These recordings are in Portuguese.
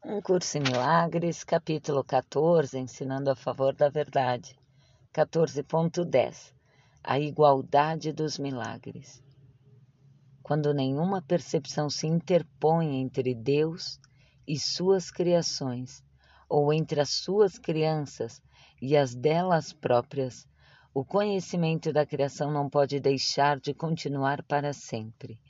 Um Curso em Milagres, capítulo 14, ensinando a favor da verdade. 14.10 A igualdade dos milagres. Quando nenhuma percepção se interpõe entre Deus e suas criações, ou entre as suas crianças e as delas próprias, o conhecimento da criação não pode deixar de continuar para sempre.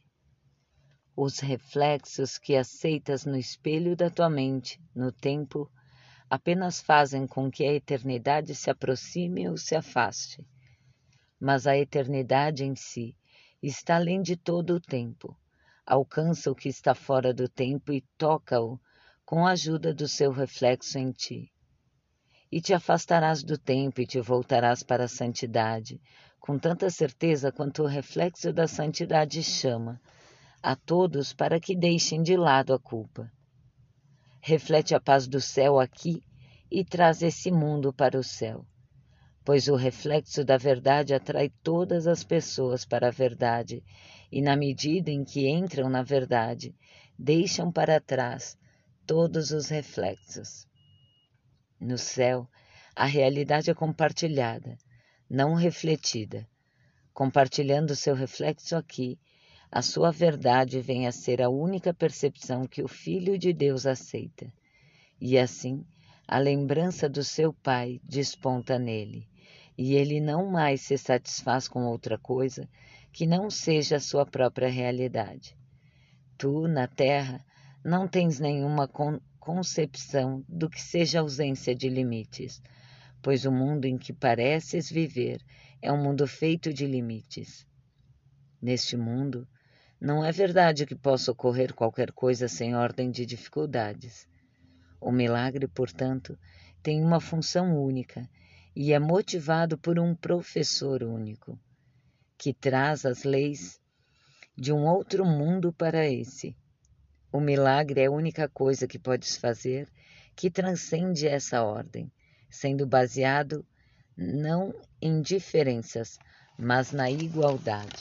Os reflexos que aceitas no espelho da tua mente, no tempo, apenas fazem com que a eternidade se aproxime ou se afaste. Mas a eternidade em si está além de todo o tempo. Alcança o que está fora do tempo e toca-o com a ajuda do seu reflexo em ti. E te afastarás do tempo e te voltarás para a santidade, com tanta certeza quanto o reflexo da santidade chama a todos para que deixem de lado a culpa. Reflete a paz do céu aqui e traz esse mundo para o céu, pois o reflexo da verdade atrai todas as pessoas para a verdade, e na medida em que entram na verdade, deixam para trás todos os reflexos. No céu, a realidade é compartilhada, não refletida. Compartilhando seu reflexo aqui, a sua verdade vem a ser a única percepção que o Filho de Deus aceita. E assim, a lembrança do seu Pai desponta nele, e ele não mais se satisfaz com outra coisa que não seja a sua própria realidade. Tu, na terra, não tens nenhuma concepção do que seja ausência de limites, pois o mundo em que pareces viver é um mundo feito de limites. Neste mundo, não é verdade que possa ocorrer qualquer coisa sem ordem de dificuldades. O milagre, portanto, tem uma função única e é motivado por um professor único, que traz as leis de um outro mundo para esse. O milagre é a única coisa que podes fazer que transcende essa ordem, sendo baseado não em diferenças, mas na igualdade.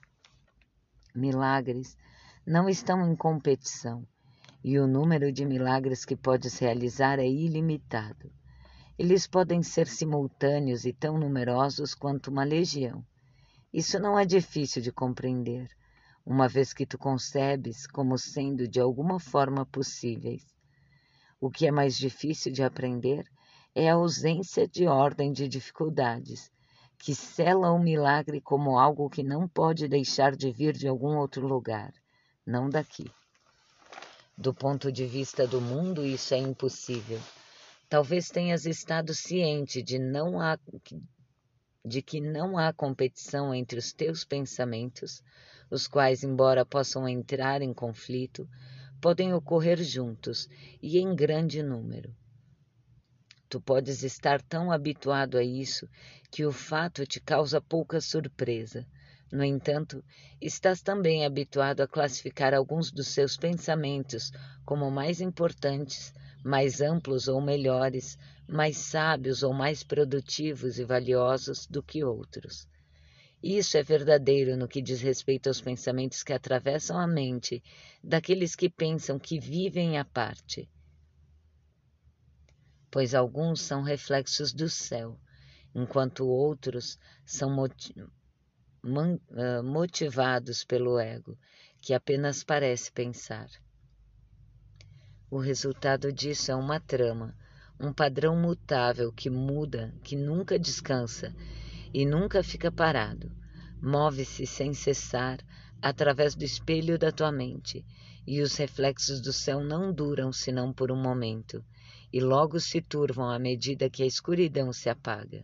Milagres não estão em competição, e o número de milagres que podes realizar é ilimitado. Eles podem ser simultâneos e tão numerosos quanto uma legião. Isso não é difícil de compreender, uma vez que tu concebes como sendo de alguma forma possíveis. O que é mais difícil de aprender é a ausência de ordem de dificuldades, que sela o milagre como algo que não pode deixar de vir de algum outro lugar, não daqui. Do ponto de vista do mundo, isso é impossível. Talvez tenhas estado ciente de que não há competição entre os teus pensamentos, os quais, embora possam entrar em conflito, podem ocorrer juntos e em grande número. Tu podes estar tão habituado a isso que o fato te causa pouca surpresa. No entanto, estás também habituado a classificar alguns dos seus pensamentos como mais importantes, mais amplos ou melhores, mais sábios ou mais produtivos e valiosos do que outros. Isso é verdadeiro no que diz respeito aos pensamentos que atravessam a mente daqueles que pensam que vivem à parte, pois alguns são reflexos do céu, enquanto outros são motivados pelo ego, que apenas parece pensar. O resultado disso é uma trama, um padrão mutável que muda, que nunca descansa e nunca fica parado. Move-se sem cessar através do espelho da tua mente, e os reflexos do céu não duram senão por um momento, e logo se turvam à medida que a escuridão se apaga.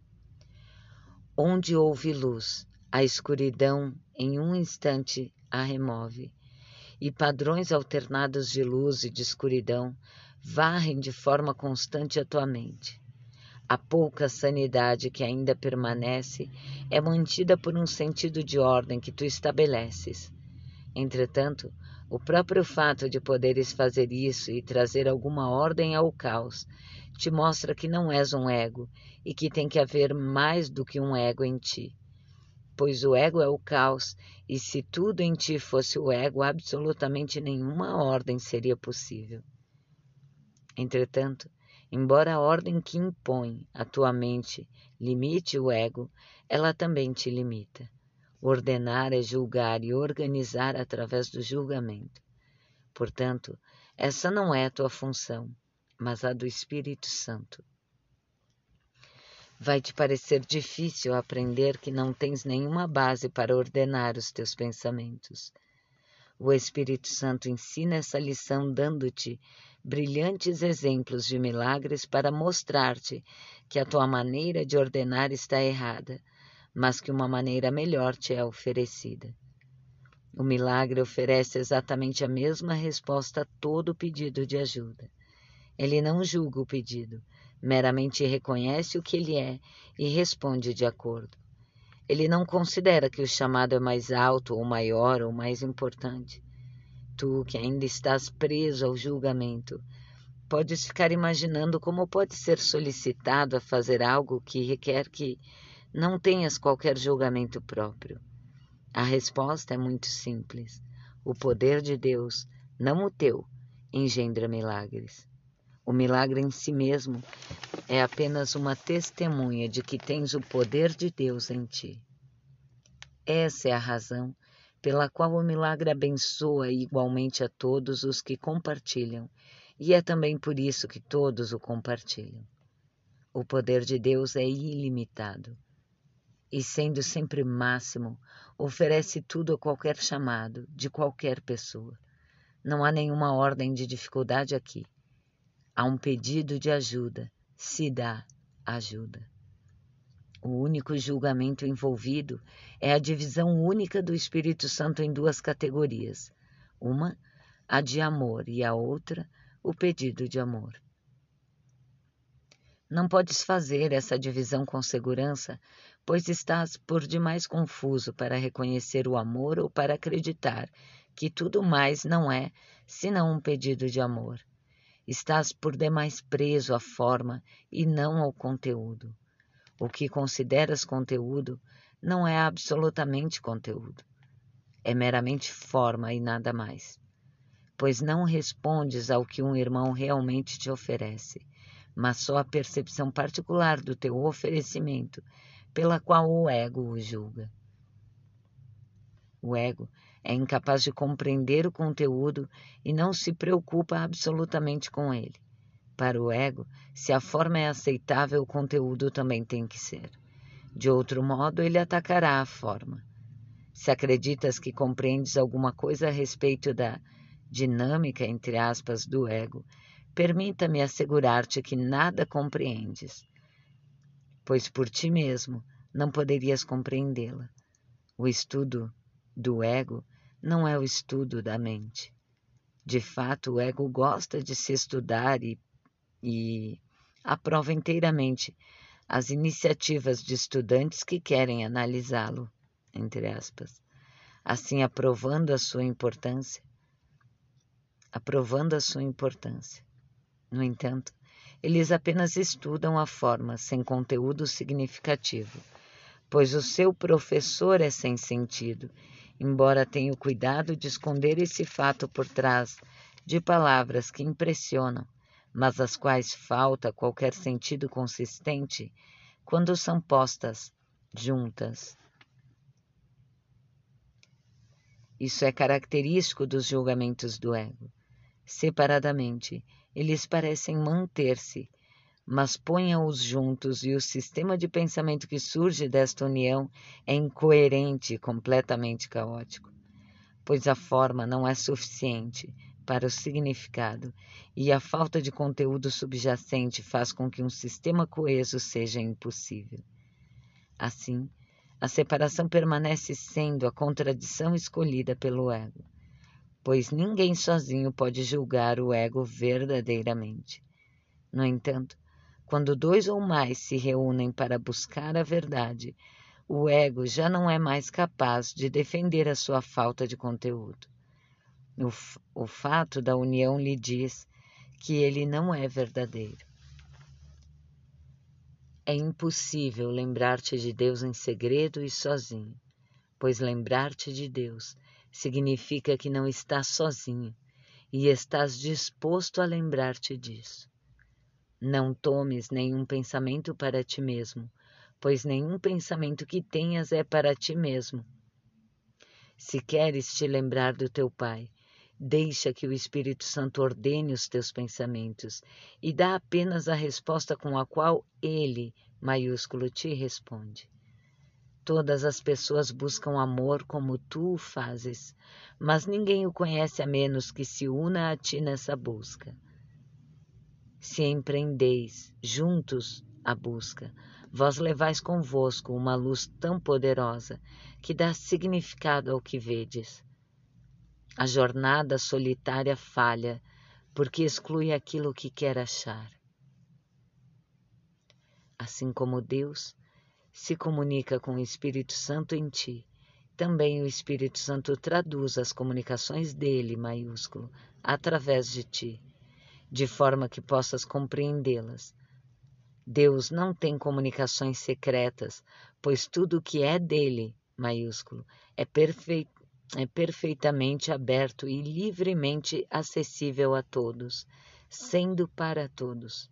Onde houve luz, a escuridão em um instante a remove, e padrões alternados de luz e de escuridão varrem de forma constante a tua mente. A pouca sanidade que ainda permanece é mantida por um sentido de ordem que tu estabeleces. Entretanto, o próprio fato de poderes fazer isso e trazer alguma ordem ao caos te mostra que não és um ego e que tem que haver mais do que um ego em ti. Pois o ego é o caos, e se tudo em ti fosse o ego, absolutamente nenhuma ordem seria possível. Entretanto, embora a ordem que impõe à tua mente limite o ego, ela também te limita. Ordenar é julgar e organizar através do julgamento. Portanto, essa não é a tua função, mas a do Espírito Santo. Vai te parecer difícil aprender que não tens nenhuma base para ordenar os teus pensamentos. O Espírito Santo ensina essa lição dando-te brilhantes exemplos de milagres para mostrar-te que a tua maneira de ordenar está errada, mas que uma maneira melhor te é oferecida. O milagre oferece exatamente a mesma resposta a todo pedido de ajuda. Ele não julga o pedido, meramente reconhece o que ele é e responde de acordo. Ele não considera que o chamado é mais alto ou maior ou mais importante. Tu, que ainda estás preso ao julgamento, podes ficar imaginando como pode ser solicitado a fazer algo que requer que não tenhas qualquer julgamento próprio. A resposta é muito simples. O poder de Deus, não o teu, engendra milagres. O milagre em si mesmo é apenas uma testemunha de que tens o poder de Deus em ti. Essa é a razão pela qual o milagre abençoa igualmente a todos os que compartilham, e é também por isso que todos o compartilham. O poder de Deus é ilimitado, e sendo sempre máximo, oferece tudo a qualquer chamado, de qualquer pessoa. Não há nenhuma ordem de dificuldade aqui. Há um pedido de ajuda, se dá ajuda. O único julgamento envolvido é a divisão única do Espírito Santo em duas categorias. Uma, a de amor, e a outra, o pedido de amor. Não podes fazer essa divisão com segurança, pois estás por demais confuso para reconhecer o amor ou para acreditar que tudo mais não é senão um pedido de amor. Estás por demais preso à forma e não ao conteúdo. O que consideras conteúdo não é absolutamente conteúdo. É meramente forma e nada mais. Pois não respondes ao que um irmão realmente te oferece, mas só a percepção particular do teu oferecimento, pela qual o ego o julga. O ego é incapaz de compreender o conteúdo e não se preocupa absolutamente com ele. Para o ego, se a forma é aceitável, o conteúdo também tem que ser. De outro modo, ele atacará a forma. Se acreditas que compreendes alguma coisa a respeito da dinâmica, entre aspas, do ego, permita-me assegurar-te que nada compreendes, pois por ti mesmo não poderias compreendê-la. O estudo do ego não é o estudo da mente. De fato, o ego gosta de se estudar e aprova inteiramente as iniciativas de estudantes que querem analisá-lo, entre aspas, assim aprovando a sua importância. No entanto, eles apenas estudam a forma sem conteúdo significativo, pois o seu professor é sem sentido, embora tenha o cuidado de esconder esse fato por trás de palavras que impressionam, mas às quais falta qualquer sentido consistente quando são postas juntas. Isso é característico dos julgamentos do ego. Separadamente, eles parecem manter-se, mas ponha-os juntos e o sistema de pensamento que surge desta união é incoerente e completamente caótico, pois a forma não é suficiente para o significado e a falta de conteúdo subjacente faz com que um sistema coeso seja impossível. Assim, a separação permanece sendo a contradição escolhida pelo ego, pois ninguém sozinho pode julgar o ego verdadeiramente. No entanto, quando dois ou mais se reúnem para buscar a verdade, o ego já não é mais capaz de defender a sua falta de conteúdo. O fato da união lhe diz que ele não é verdadeiro. É impossível lembrar-te de Deus em segredo e sozinho, pois lembrar-te de Deus significa que não estás sozinho, e estás disposto a lembrar-te disso. Não tomes nenhum pensamento para ti mesmo, pois nenhum pensamento que tenhas é para ti mesmo. Se queres te lembrar do teu Pai, deixa que o Espírito Santo ordene os teus pensamentos e dá apenas a resposta com a qual Ele, maiúsculo, te responde. Todas as pessoas buscam amor como tu o fazes, mas ninguém o conhece a menos que se una a ti nessa busca. Se empreendeis juntos a busca, vós levais convosco uma luz tão poderosa que dá significado ao que vedes. A jornada solitária falha, porque exclui aquilo que quer achar. Assim como Deus se comunica com o Espírito Santo em ti, também o Espírito Santo traduz as comunicações dele, maiúsculo, através de ti, de forma que possas compreendê-las. Deus não tem comunicações secretas, pois tudo o que é dele, maiúsculo, é perfeitamente aberto e livremente acessível a todos, sendo para todos.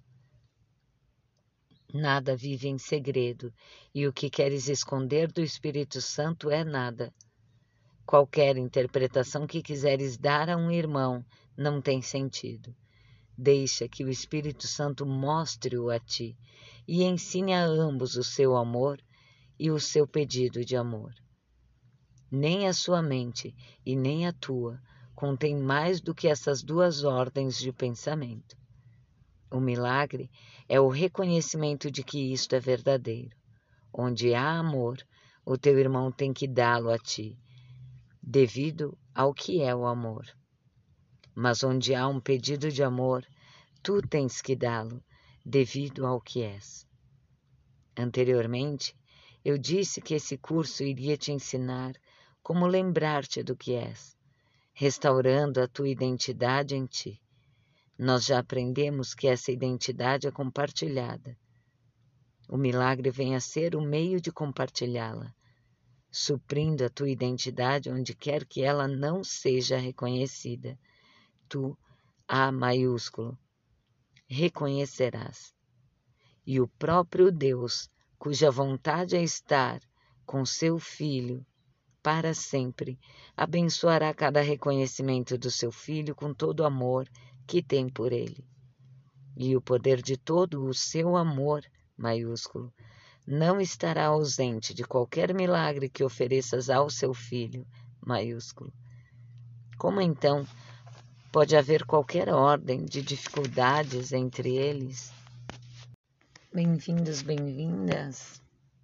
Nada vive em segredo, e o que queres esconder do Espírito Santo é nada. Qualquer interpretação que quiseres dar a um irmão não tem sentido. Deixa que o Espírito Santo mostre-o a ti e ensine a ambos o seu amor e o seu pedido de amor. Nem a sua mente e nem a tua contém mais do que essas duas ordens de pensamento. O milagre é o reconhecimento de que isto é verdadeiro. Onde há amor, o teu irmão tem que dá-lo a ti, devido ao que é o amor. Mas onde há um pedido de amor, tu tens que dá-lo, devido ao que és. Anteriormente, eu disse que esse curso iria te ensinar como lembrar-te do que és, restaurando a tua identidade em ti. Nós já aprendemos que essa identidade é compartilhada. O milagre vem a ser o meio de compartilhá-la, suprindo a tua identidade onde quer que ela não seja reconhecida. Tu, A maiúsculo, reconhecerás. E o próprio Deus, cuja vontade é estar com seu Filho para sempre, abençoará cada reconhecimento do seu Filho com todo o amor que tem por ele. E o poder de todo o seu amor, maiúsculo, não estará ausente de qualquer milagre que ofereças ao seu Filho, maiúsculo. Como então pode haver qualquer ordem de dificuldades entre eles? Bem-vindos, bem-vindas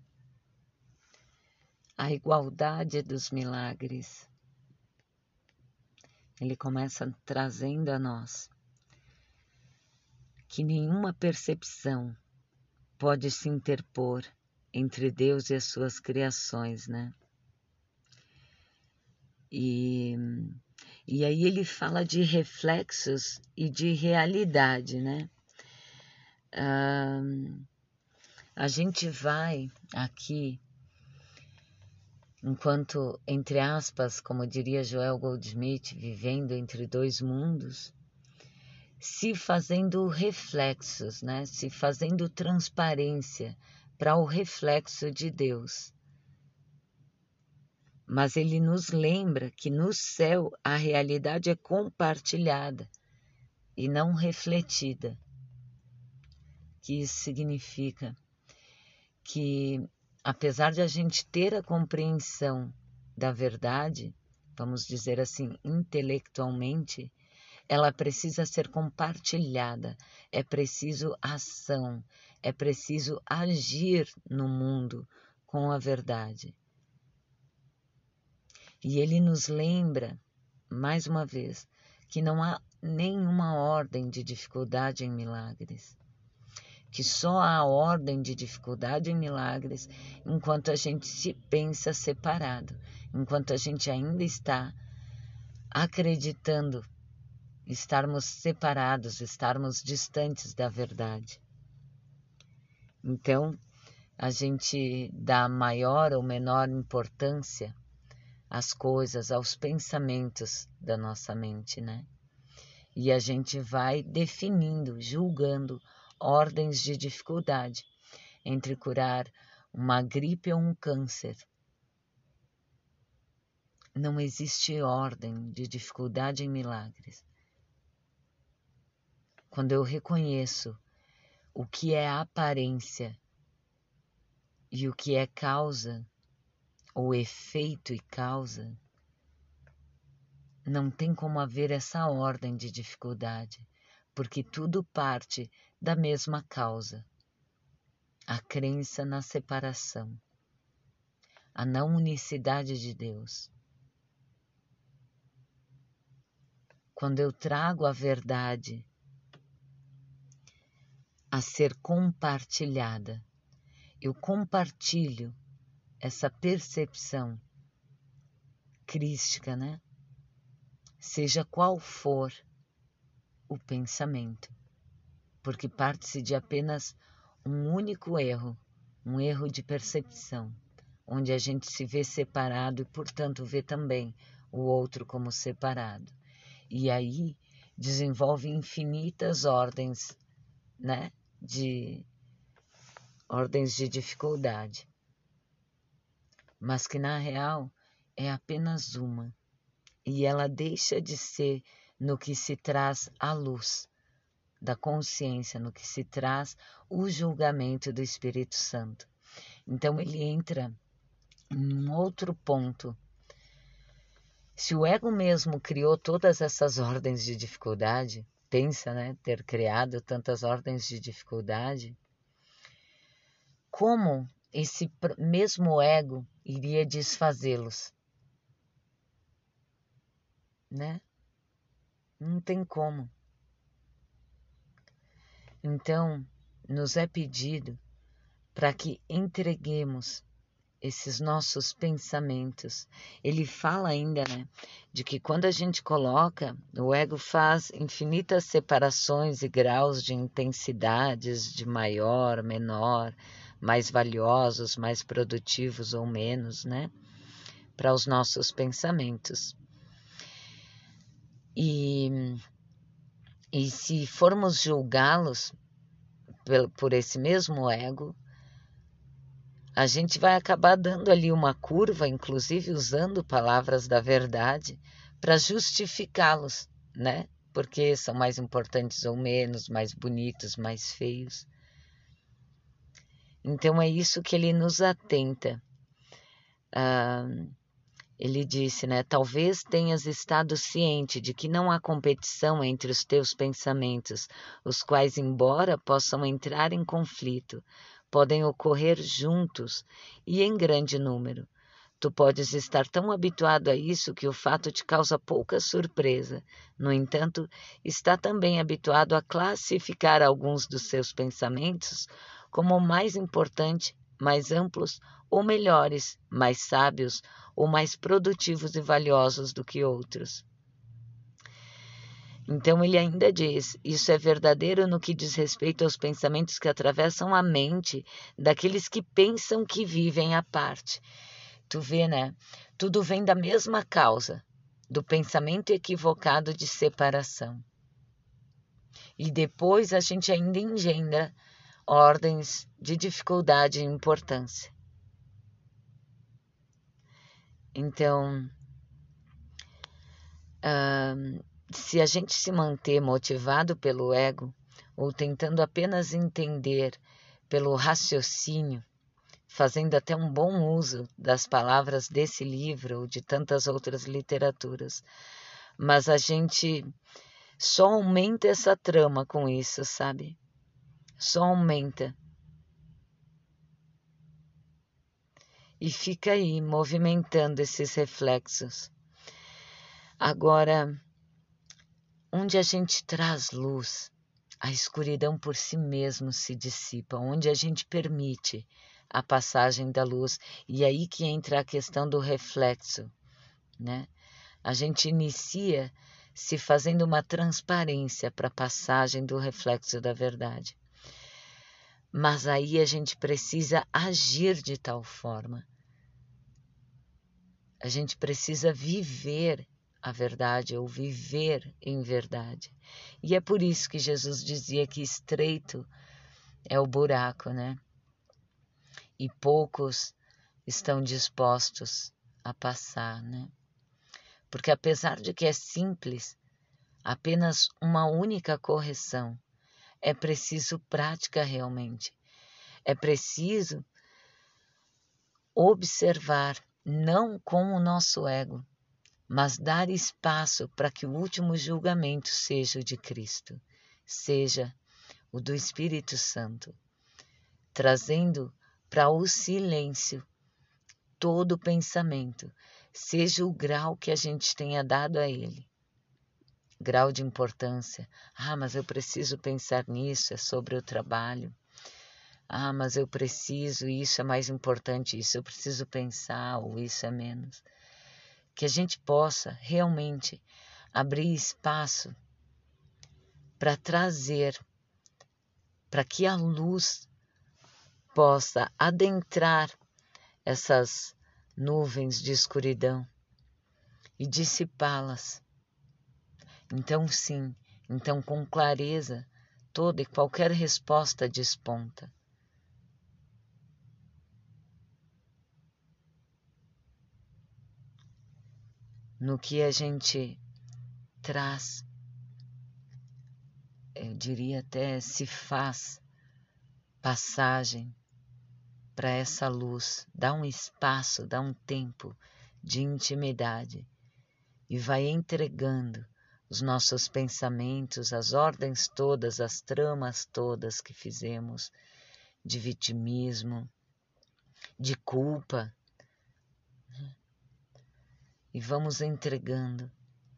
à igualdade dos milagres. Ele começa trazendo a nós que nenhuma percepção pode se interpor entre Deus e as suas criações, né? E aí ele fala de reflexos e de realidade, né? A gente vai aqui, enquanto, entre aspas, como diria Joel Goldsmith, vivendo entre dois mundos, se fazendo reflexos, né? Se fazendo transparência para o reflexo de Deus. Mas ele nos lembra que no céu a realidade é compartilhada e não refletida. Que isso significa que, apesar de a gente ter a compreensão da verdade, vamos dizer assim, intelectualmente, ela precisa ser compartilhada, é preciso ação, é preciso agir no mundo com a verdade. E ele nos lembra, mais uma vez, que não há nenhuma ordem de dificuldade em milagres. Que só há ordem de dificuldade em milagres enquanto a gente se pensa separado, enquanto a gente ainda está acreditando estarmos separados, estarmos distantes da verdade. Então, a gente dá maior ou menor importância às coisas, aos pensamentos da nossa mente, né? E a gente vai definindo, julgando ordens de dificuldade entre curar uma gripe ou um câncer. Não existe ordem de dificuldade em milagres. Quando eu reconheço o que é aparência e o que é causa, ou efeito e causa, não tem como haver essa ordem de dificuldade, porque tudo parte da mesma causa. A crença na separação, a não unicidade de Deus. Quando eu trago a verdade a ser compartilhada, eu compartilho essa percepção crística, né? Seja qual for o pensamento, porque parte-se de apenas um único erro, um erro de percepção, onde a gente se vê separado e, portanto, vê também o outro como separado. E aí desenvolve infinitas ordens, né? Ordens de dificuldade, mas que na real é apenas uma, e ela deixa de ser no que se traz a luz da consciência, no que se traz o julgamento do Espírito Santo. Então ele entra em um outro ponto. Se o ego mesmo criou todas essas ordens de dificuldade, pensa, né, ter criado tantas ordens de dificuldade, como esse mesmo ego iria desfazê-los, né? Não tem como. Então, nos é pedido para que entreguemos esses nossos pensamentos. Ele fala ainda, né, de que quando a gente coloca, o ego faz infinitas separações e graus de intensidades, de maior, menor, mais valiosos, mais produtivos ou menos, né, para os nossos pensamentos. E se formos julgá-los por esse mesmo ego, a gente vai acabar dando ali uma curva, inclusive usando palavras da verdade, para justificá-los, né? Porque são mais importantes ou menos, mais bonitos, mais feios. Então é isso que ele nos atenta. Ele disse, né? Talvez tenhas estado ciente de que não há competição entre os teus pensamentos, os quais, embora possam entrar em conflito, podem ocorrer juntos e em grande número. Tu podes estar tão habituado a isso que o fato te causa pouca surpresa. No entanto, está também habituado a classificar alguns dos seus pensamentos como mais importante, mais amplos ou melhores, mais sábios ou mais produtivos e valiosos do que outros. Então ele ainda diz, isso é verdadeiro no que diz respeito aos pensamentos que atravessam a mente daqueles que pensam que vivem à parte. Tu vê, né? Tudo vem da mesma causa, do pensamento equivocado de separação. E depois a gente ainda engendra ordens de dificuldade e importância. Então, se a gente se manter motivado pelo ego, ou tentando apenas entender pelo raciocínio, fazendo até um bom uso das palavras desse livro ou de tantas outras literaturas, mas a gente só aumenta essa trama com isso, sabe? Só aumenta. E fica aí, movimentando esses reflexos. Agora, onde a gente traz luz, a escuridão por si mesmo se dissipa, onde a gente permite a passagem da luz, e aí que entra a questão do reflexo, né? A gente inicia se fazendo uma transparência para a passagem do reflexo da verdade. Mas aí a gente precisa agir de tal forma. A gente precisa viver a verdade ou viver em verdade. E é por isso que Jesus dizia que estreito é o buraco, né? E poucos estão dispostos a passar, né? Porque apesar de que é simples, apenas uma única correção, é preciso prática realmente. É preciso observar, não com o nosso ego, mas dar espaço para que o último julgamento seja o de Cristo, seja o do Espírito Santo, trazendo para o silêncio todo o pensamento, seja o grau que a gente tenha dado a ele. Grau de importância. Mas eu preciso pensar nisso, é sobre o trabalho. Mas eu preciso, isso é mais importante, isso eu preciso pensar, ou isso é menos. Que a gente possa realmente abrir espaço para trazer, para que a luz possa adentrar essas nuvens de escuridão e dissipá-las. Então sim, então com clareza, toda e qualquer resposta desponta. No que a gente traz, eu diria até se faz passagem para essa luz, dá um espaço, dá um tempo de intimidade e vai entregando os nossos pensamentos, as ordens todas, as tramas todas que fizemos de vitimismo, de culpa, e vamos entregando.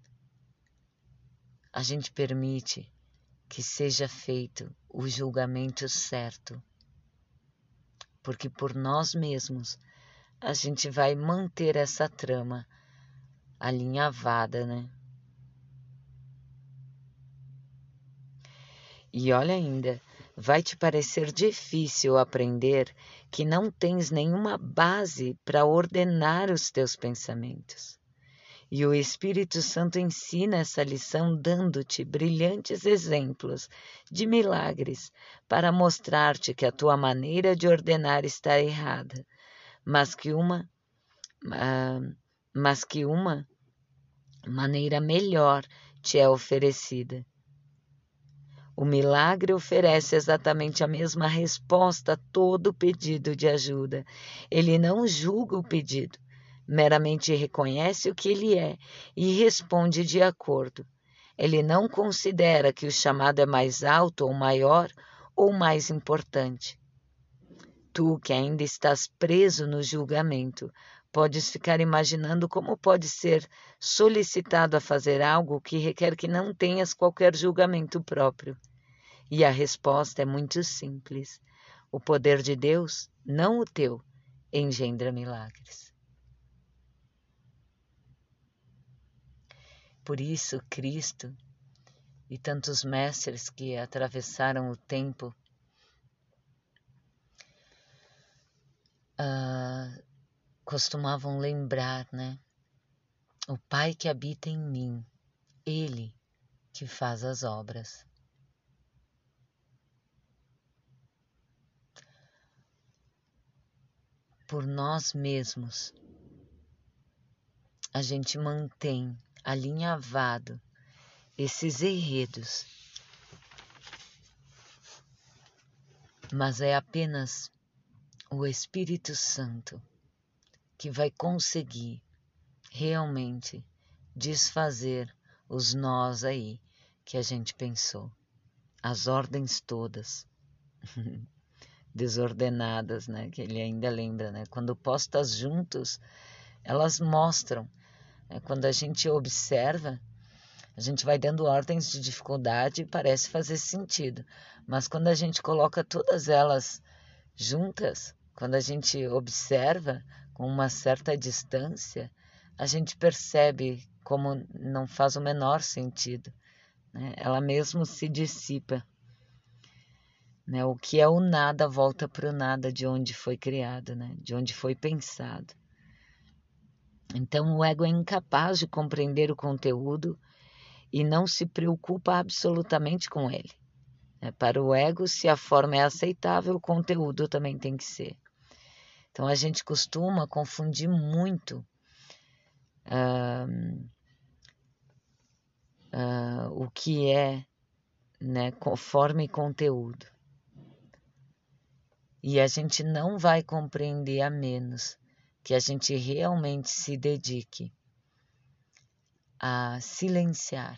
A gente permite que seja feito o julgamento certo, porque por nós mesmos a gente vai manter essa trama alinhavada, né? E olha ainda, vai te parecer difícil aprender que não tens nenhuma base para ordenar os teus pensamentos. E o Espírito Santo ensina essa lição dando-te brilhantes exemplos de milagres para mostrar-te que a tua maneira de ordenar está errada, mas que uma maneira melhor te é oferecida. O milagre oferece exatamente a mesma resposta a todo pedido de ajuda. Ele não julga o pedido, meramente reconhece o que ele é e responde de acordo. Ele não considera que o chamado é mais alto ou maior ou mais importante. Tu, que ainda estás preso no julgamento, podes ficar imaginando como pode ser solicitado a fazer algo que requer que não tenhas qualquer julgamento próprio. E a resposta é muito simples. O poder de Deus, não o teu, engendra milagres. Por isso, Cristo e tantos mestres que atravessaram o tempo costumavam lembrar, né? O Pai que habita em mim, Ele que faz as obras. Por nós mesmos, a gente mantém alinhavado esses enredos, mas é apenas o Espírito Santo que vai conseguir realmente desfazer os nós aí que a gente pensou, as ordens todas desordenadas, né? Que ele ainda lembra, né? Quando postas juntos, elas mostram. Né? Quando a gente observa, a gente vai dando ordens de dificuldade e parece fazer sentido. Mas quando a gente coloca todas elas juntas, quando a gente observa com uma certa distância, a gente percebe como não faz o menor sentido. Né? Ela mesmo se dissipa. Né? O que é o nada volta para o nada de onde foi criado, né? De onde foi pensado. Então o ego é incapaz de compreender o conteúdo e não se preocupa absolutamente com ele. Para o ego, se a forma é aceitável, o conteúdo também tem que ser. Então a gente costuma confundir muito o que é, né, forma e conteúdo. E a gente não vai compreender a menos que a gente realmente se dedique a silenciar,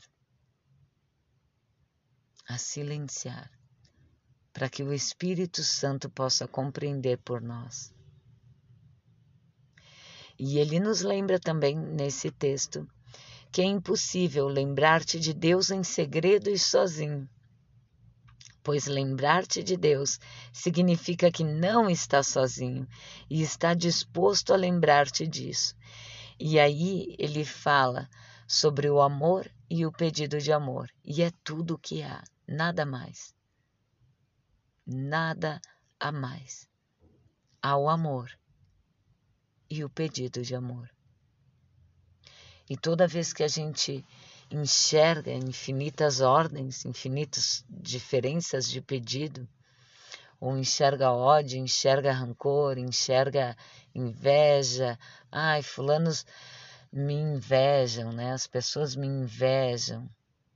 para que o Espírito Santo possa compreender por nós. E ele nos lembra também nesse texto que é impossível lembrar-te de Deus em segredo e sozinho, pois lembrar-te de Deus significa que não está sozinho e está disposto a lembrar-te disso. E aí ele fala sobre o amor e o pedido de amor, e é tudo o que há, nada mais. Nada a mais. Há o amor e o pedido de amor. E toda vez que a gente enxerga infinitas ordens, infinitas diferenças de pedido, ou enxerga ódio, enxerga rancor, enxerga inveja, fulanos me invejam, né? As pessoas me invejam.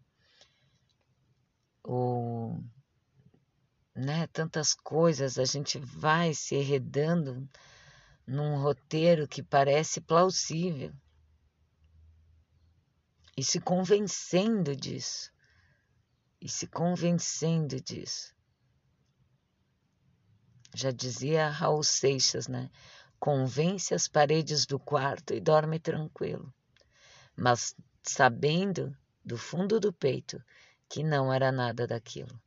Ou, né? Tantas coisas, a gente vai se enredando num roteiro que parece plausível e se convencendo disso. Já dizia Raul Seixas, né? Convence as paredes do quarto e dorme tranquilo, mas sabendo do fundo do peito que não era nada daquilo.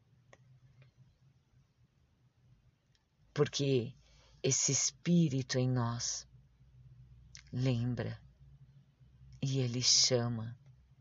Porque esse espírito em nós lembra e ele chama.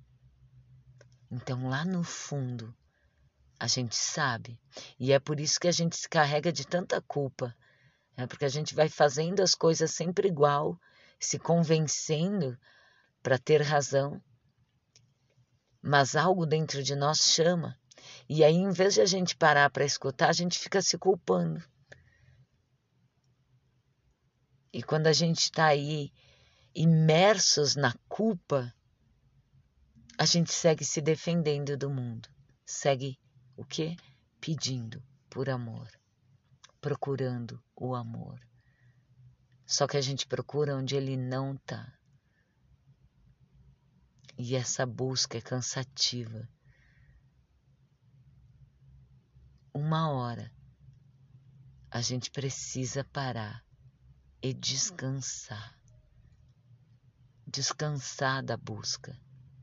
Então lá no fundo a gente sabe, e é por isso que a gente se carrega de tanta culpa, porque a gente vai fazendo as coisas sempre igual, se convencendo para ter razão, mas algo dentro de nós chama, e aí em vez de a gente parar para escutar, a gente fica se culpando. E quando a gente está aí imersos na culpa, a gente segue se defendendo do mundo, segue o quê? Pedindo por amor, procurando o amor. Só que a gente procura onde ele não está. E essa busca é cansativa. Uma hora a gente precisa parar e descansar. Descansar da busca.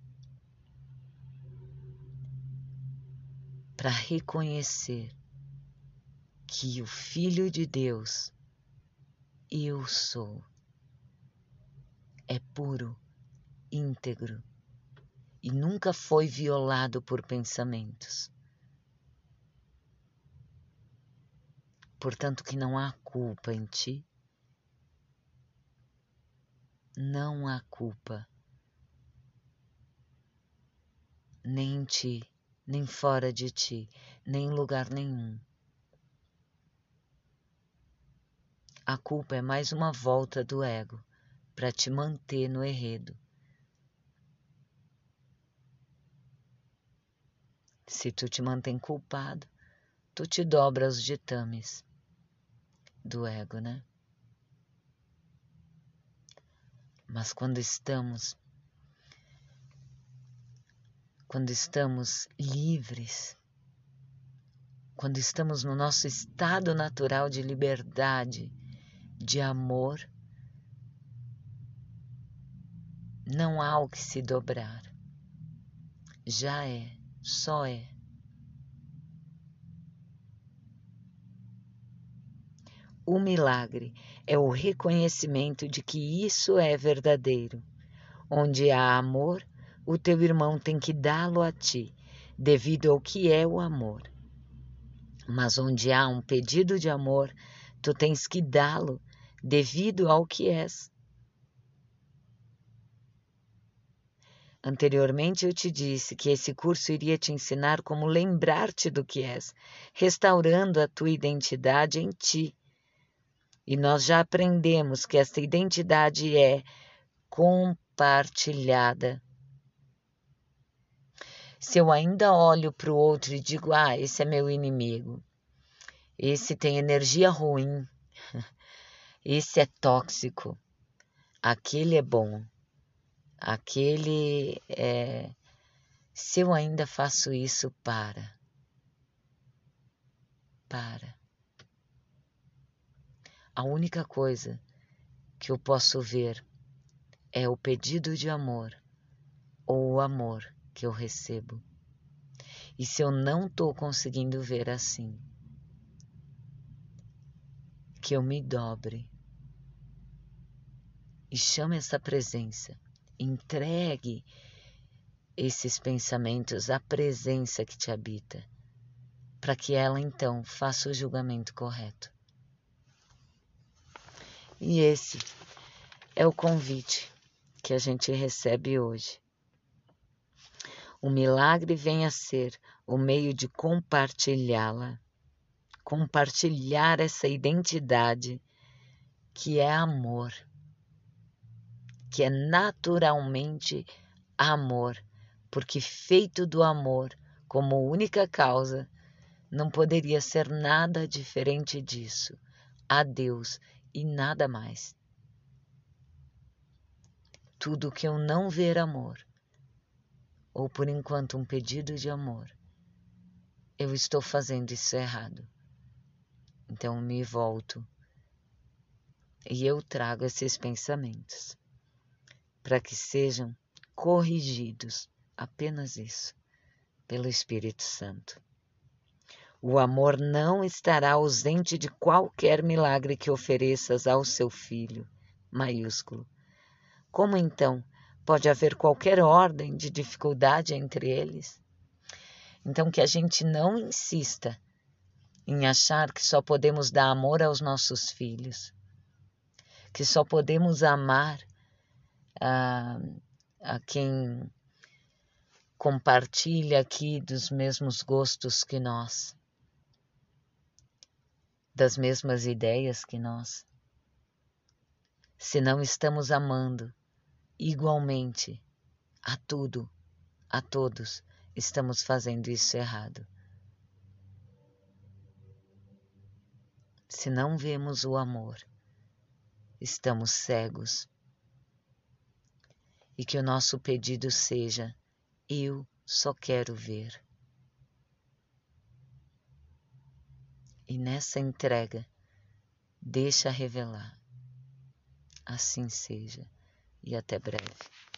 Para reconhecer que o Filho de Deus, eu sou, é puro, íntegro e nunca foi violado por pensamentos. Portanto, que não há culpa em ti, não há culpa nem em ti, nem fora de ti, nem em lugar nenhum. A culpa é mais uma volta do ego para te manter no enredo. Se tu te mantém culpado, tu te dobra aos ditames do ego, né? Mas quando estamos livres, quando estamos no nosso estado natural de liberdade, de amor, não há o que se dobrar. Já é, só é. O milagre é o reconhecimento de que isso é verdadeiro. Onde há amor, o teu irmão tem que dá-lo a ti, devido ao que é o amor. Mas onde há um pedido de amor, tu tens que dá-lo, devido ao que és. Anteriormente eu te disse que esse curso iria te ensinar como lembrar-te do que és, restaurando a tua identidade em ti. E nós já aprendemos que esta identidade é compartilhada. Se eu ainda olho para o outro e digo, esse é meu inimigo, esse tem energia ruim, esse é tóxico, aquele é bom, aquele é... Se eu ainda faço isso, para. A única coisa que eu posso ver é o pedido de amor ou o amor que eu recebo. E se eu não estou conseguindo ver assim, que eu me dobre e chame essa presença, entregue esses pensamentos à presença que te habita, para que ela então faça o julgamento correto. E esse é o convite que a gente recebe hoje. O milagre vem a ser o meio de compartilhá-la, compartilhar essa identidade que é amor, que é naturalmente amor, porque feito do amor como única causa, não poderia ser nada diferente disso, a Deus e nada mais. Tudo que eu não ver amor, ou por enquanto um pedido de amor, eu estou fazendo isso errado. Então me volto e eu trago esses pensamentos para que sejam corrigidos, apenas isso, pelo Espírito Santo. O amor não estará ausente de qualquer milagre que ofereças ao seu filho, maiúsculo. Como então pode haver qualquer ordem de dificuldade entre eles? Então que a gente não insista em achar que só podemos dar amor aos nossos filhos, que só podemos amar a quem compartilha aqui dos mesmos gostos que nós, das mesmas ideias que nós. Se não estamos amando igualmente a tudo, a todos, estamos fazendo isso errado. Se não vemos o amor, estamos cegos. E que o nosso pedido seja: eu só quero ver. E nessa entrega, deixa revelar. Assim seja. E até breve.